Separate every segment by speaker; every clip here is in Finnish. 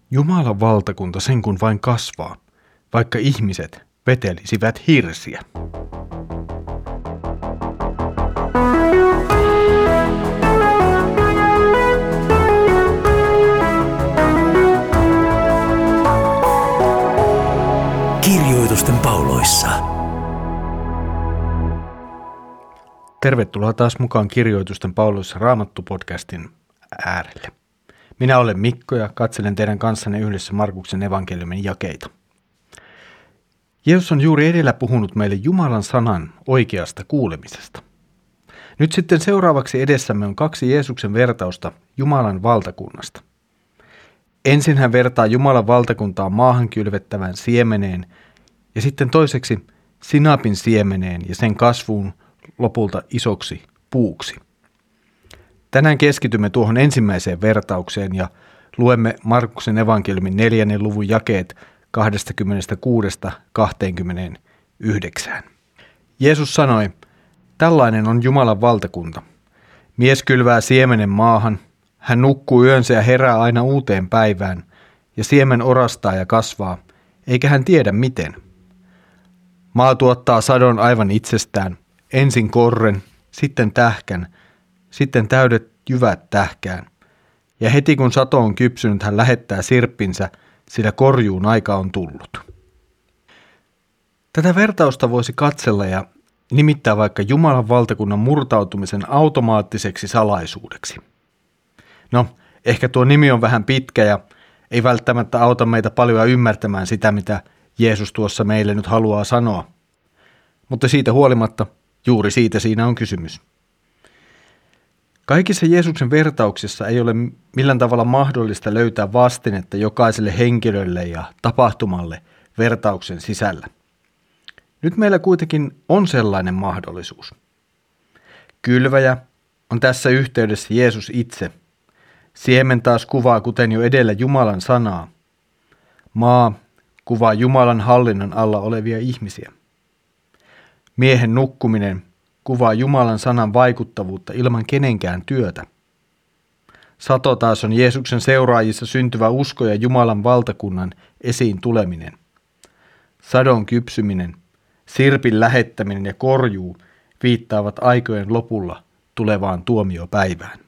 Speaker 1: Jumalan valtakunta sen kun vain kasvaa, vaikka ihmiset vetelisivät hirsiä.
Speaker 2: Kirjoitusten pauloissa.
Speaker 1: Tervetuloa taas mukaan Kirjoitusten pauloissa Raamattu-podcastin äärelle. Minä olen Mikko ja katselen teidän kanssanne yhdessä Markuksen evankeliumin jakeita. Jeesus on juuri edellä puhunut meille Jumalan sanan oikeasta kuulemisesta. Nyt sitten seuraavaksi edessämme on 2 Jeesuksen vertausta Jumalan valtakunnasta. Ensin hän vertaa Jumalan valtakuntaa maahan kylvettävään siemeneen ja sitten toiseksi sinapin siemeneen ja sen kasvuun lopulta isoksi puuksi. Tänään keskitymme tuohon ensimmäiseen vertaukseen ja luemme Markuksen evankeliumin 4. luvun jakeet 26–29. Jeesus sanoi, tällainen on Jumalan valtakunta. Mies kylvää siemenen maahan, hän nukkuu yönsä ja herää aina uuteen päivään, ja siemen orastaa ja kasvaa, eikä hän tiedä miten. Maa tuottaa sadon aivan itsestään, ensin korren, sitten tähkän, sitten täydet jyvät tähkään. Ja heti kun sato on kypsynyt, hän lähettää sirppinsä, sillä korjuun aika on tullut. Tätä vertausta voisi katsella ja nimittää vaikka Jumalan valtakunnan murtautumisen automaattiseksi salaisuudeksi. No, ehkä tuo nimi on vähän pitkä ja ei välttämättä auta meitä paljon ymmärtämään sitä, mitä Jeesus tuossa meille nyt haluaa sanoa. Mutta siitä huolimatta, juuri siitä siinä on kysymys. Kaikissa Jeesuksen vertauksissa ei ole millään tavalla mahdollista löytää vastinetta jokaiselle henkilölle ja tapahtumalle vertauksen sisällä. Nyt meillä kuitenkin on sellainen mahdollisuus. Kylväjä on tässä yhteydessä Jeesus itse. Siemen taas kuvaa, kuten jo edellä, Jumalan sanaa. Maa kuvaa Jumalan hallinnon alla olevia ihmisiä. Miehen nukkuminen kuvaa Jumalan sanan vaikuttavuutta ilman kenenkään työtä. Sato taas on Jeesuksen seuraajissa syntyvä usko ja Jumalan valtakunnan esiin tuleminen. Sadon kypsyminen, sirpin lähettäminen ja korjuu viittaavat aikojen lopulla tulevaan tuomiopäivään.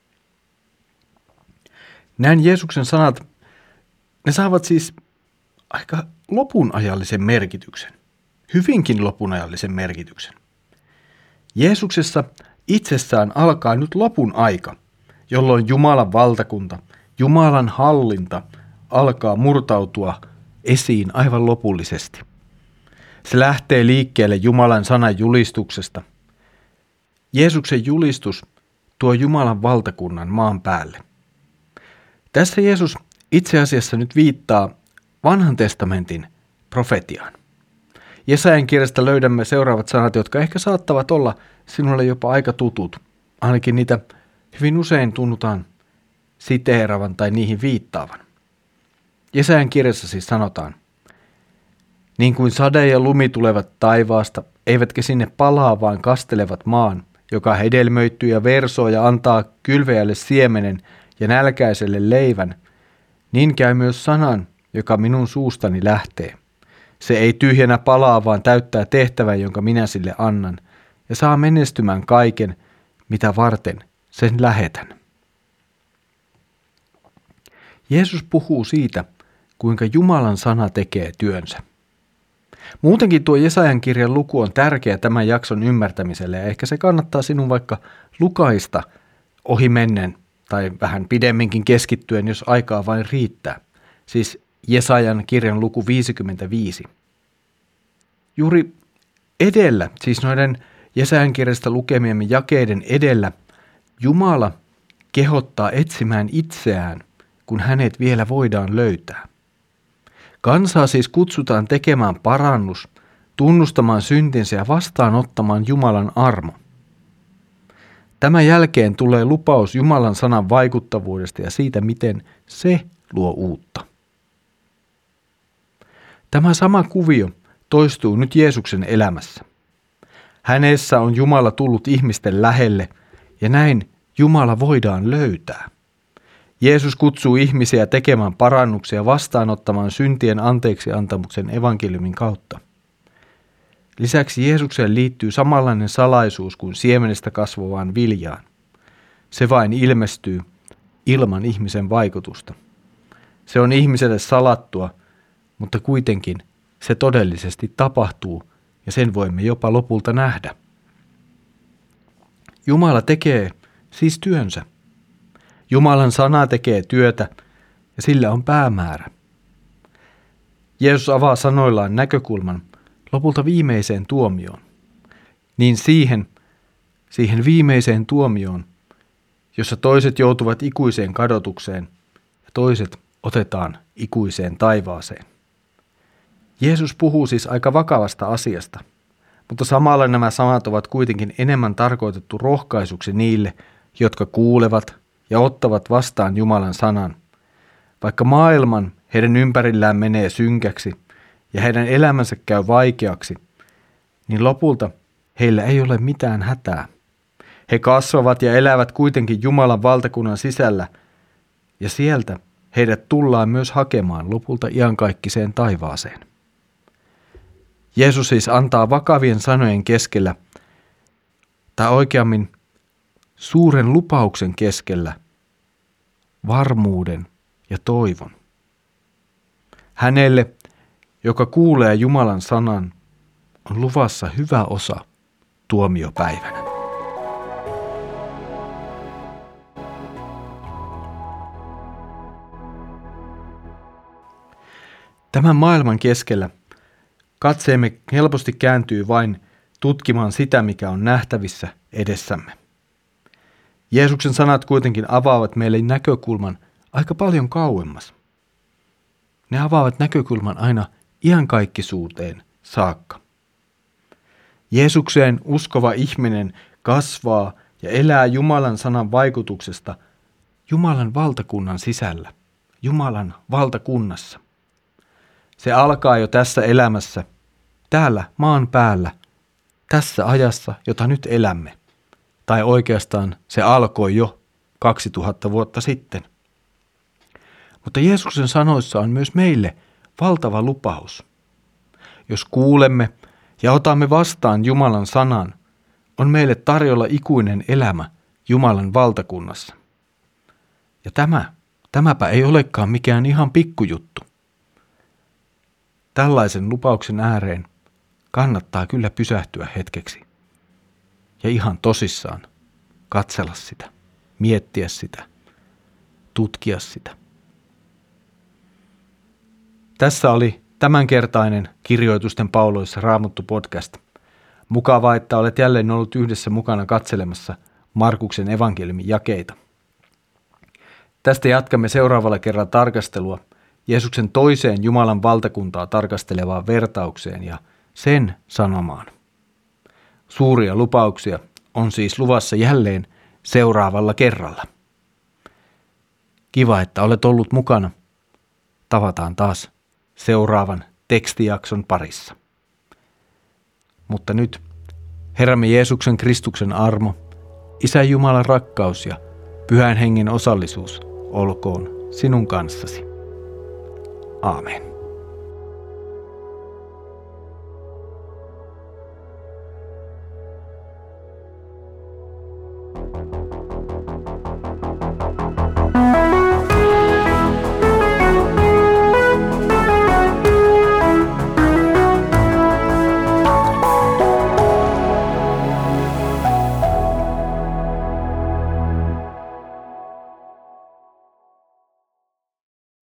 Speaker 1: Näin Jeesuksen sanat, ne saavat siis aika lopunajallisen merkityksen, hyvinkin lopunajallisen merkityksen. Jeesuksessa itsessään alkaa nyt lopun aika, jolloin Jumalan valtakunta, Jumalan hallinta alkaa murtautua esiin aivan lopullisesti. Se lähtee liikkeelle Jumalan sanan julistuksesta. Jeesuksen julistus tuo Jumalan valtakunnan maan päälle. Tässä Jeesus itse asiassa nyt viittaa Vanhan testamentin profetiaan. Jesajan kirjasta löydämme seuraavat sanat, jotka ehkä saattavat olla sinulle jopa aika tutut. Ainakin niitä hyvin usein tunnutaan siteeravan tai niihin viittaavan. Jesajan kirjassa siis sanotaan, niin kuin sade ja lumi tulevat taivaasta, eivätkä sinne palaa, vaan kastelevat maan, joka hedelmöittyy ja versoo ja antaa kylväjälle siemenen ja nälkäiselle leivän, niin käy myös sanan, joka minun suustani lähtee. Se ei tyhjänä palaa, vaan täyttää tehtävän, jonka minä sille annan, ja saa menestymään kaiken, mitä varten sen lähetän. Jeesus puhuu siitä, kuinka Jumalan sana tekee työnsä. Muutenkin tuo Jesajan kirjan luku on tärkeä tämän jakson ymmärtämiselle, ja ehkä se kannattaa sinun vaikka lukaista ohimennen tai vähän pidemminkin keskittyen, jos aikaa vain riittää. Siis Jesajan kirjan luku 55. Juuri edellä, siis noiden Jesajan kirjasta lukemiemme jakeiden edellä, Jumala kehottaa etsimään itseään, kun hänet vielä voidaan löytää. Kansaa siis kutsutaan tekemään parannus, tunnustamaan syntinsä ja vastaanottamaan Jumalan armo. Tämän jälkeen tulee lupaus Jumalan sanan vaikuttavuudesta ja siitä, miten se luo uutta. Tämä sama kuvio toistuu nyt Jeesuksen elämässä. Hänessä on Jumala tullut ihmisten lähelle ja näin Jumala voidaan löytää. Jeesus kutsuu ihmisiä tekemään parannuksia vastaanottamaan syntien anteeksiantamuksen evankeliumin kautta. Lisäksi Jeesukseen liittyy samanlainen salaisuus kuin siemenestä kasvavaan viljaan. Se vain ilmestyy ilman ihmisen vaikutusta. Se on ihmiselle salattua, mutta kuitenkin se todellisesti tapahtuu ja sen voimme jopa lopulta nähdä. Jumala tekee siis työnsä. Jumalan sana tekee työtä ja sillä on päämäärä. Jeesus avaa sanoillaan näkökulman lopulta viimeiseen tuomioon. Niin siihen viimeiseen tuomioon, jossa toiset joutuvat ikuiseen kadotukseen ja toiset otetaan ikuiseen taivaaseen. Jeesus puhuu siis aika vakavasta asiasta, mutta samalla nämä sanat ovat kuitenkin enemmän tarkoitettu rohkaisuksi niille, jotka kuulevat ja ottavat vastaan Jumalan sanan. Vaikka maailman heidän ympärillään menee synkäksi ja heidän elämänsä käy vaikeaksi, niin lopulta heillä ei ole mitään hätää. He kasvavat ja elävät kuitenkin Jumalan valtakunnan sisällä, ja sieltä heidät tullaan myös hakemaan lopulta iankaikkiseen taivaaseen. Jeesus siis antaa vakavien sanojen keskellä, tai oikeammin suuren lupauksen keskellä, varmuuden ja toivon. Hänelle, joka kuulee Jumalan sanan, on luvassa hyvä osa tuomiopäivänä. Tämän maailman keskellä katseemme helposti kääntyy vain tutkimaan sitä, mikä on nähtävissä edessämme. Jeesuksen sanat kuitenkin avaavat meille näkökulman aika paljon kauemmas. Ne avaavat näkökulman aina iankaikkisuuteen saakka. Jeesukseen uskova ihminen kasvaa ja elää Jumalan sanan vaikutuksesta Jumalan valtakunnan sisällä, Jumalan valtakunnassa. Se alkaa jo tässä elämässä, täällä maan päällä, tässä ajassa, jota nyt elämme. Tai oikeastaan se alkoi jo 2000 vuotta sitten. Mutta Jeesuksen sanoissa on myös meille valtava lupaus. Jos kuulemme ja otamme vastaan Jumalan sanan, on meille tarjolla ikuinen elämä Jumalan valtakunnassa. Ja tämäpä ei olekaan mikään ihan pikkujuttu. Tällaisen lupauksen ääreen kannattaa kyllä pysähtyä hetkeksi ja ihan tosissaan katsella sitä, miettiä sitä, tutkia sitä. Tässä oli tämänkertainen Kirjoitusten pauloissa Raamattu podcast. Mukavaa, että olet jälleen ollut yhdessä mukana katselemassa Markuksen evankeliumin jakeita. Tästä jatkamme seuraavalla kerralla tarkastelua Jeesuksen toiseen Jumalan valtakuntaa tarkastelevaan vertaukseen ja sen sanomaan. Suuria lupauksia on siis luvassa jälleen seuraavalla kerralla. Kiva, että olet ollut mukana. Tavataan taas seuraavan tekstijakson parissa. Mutta nyt Herramme Jeesuksen Kristuksen armo, Isän Jumalan rakkaus ja Pyhän Hengen osallisuus olkoon sinun kanssasi. Aamen.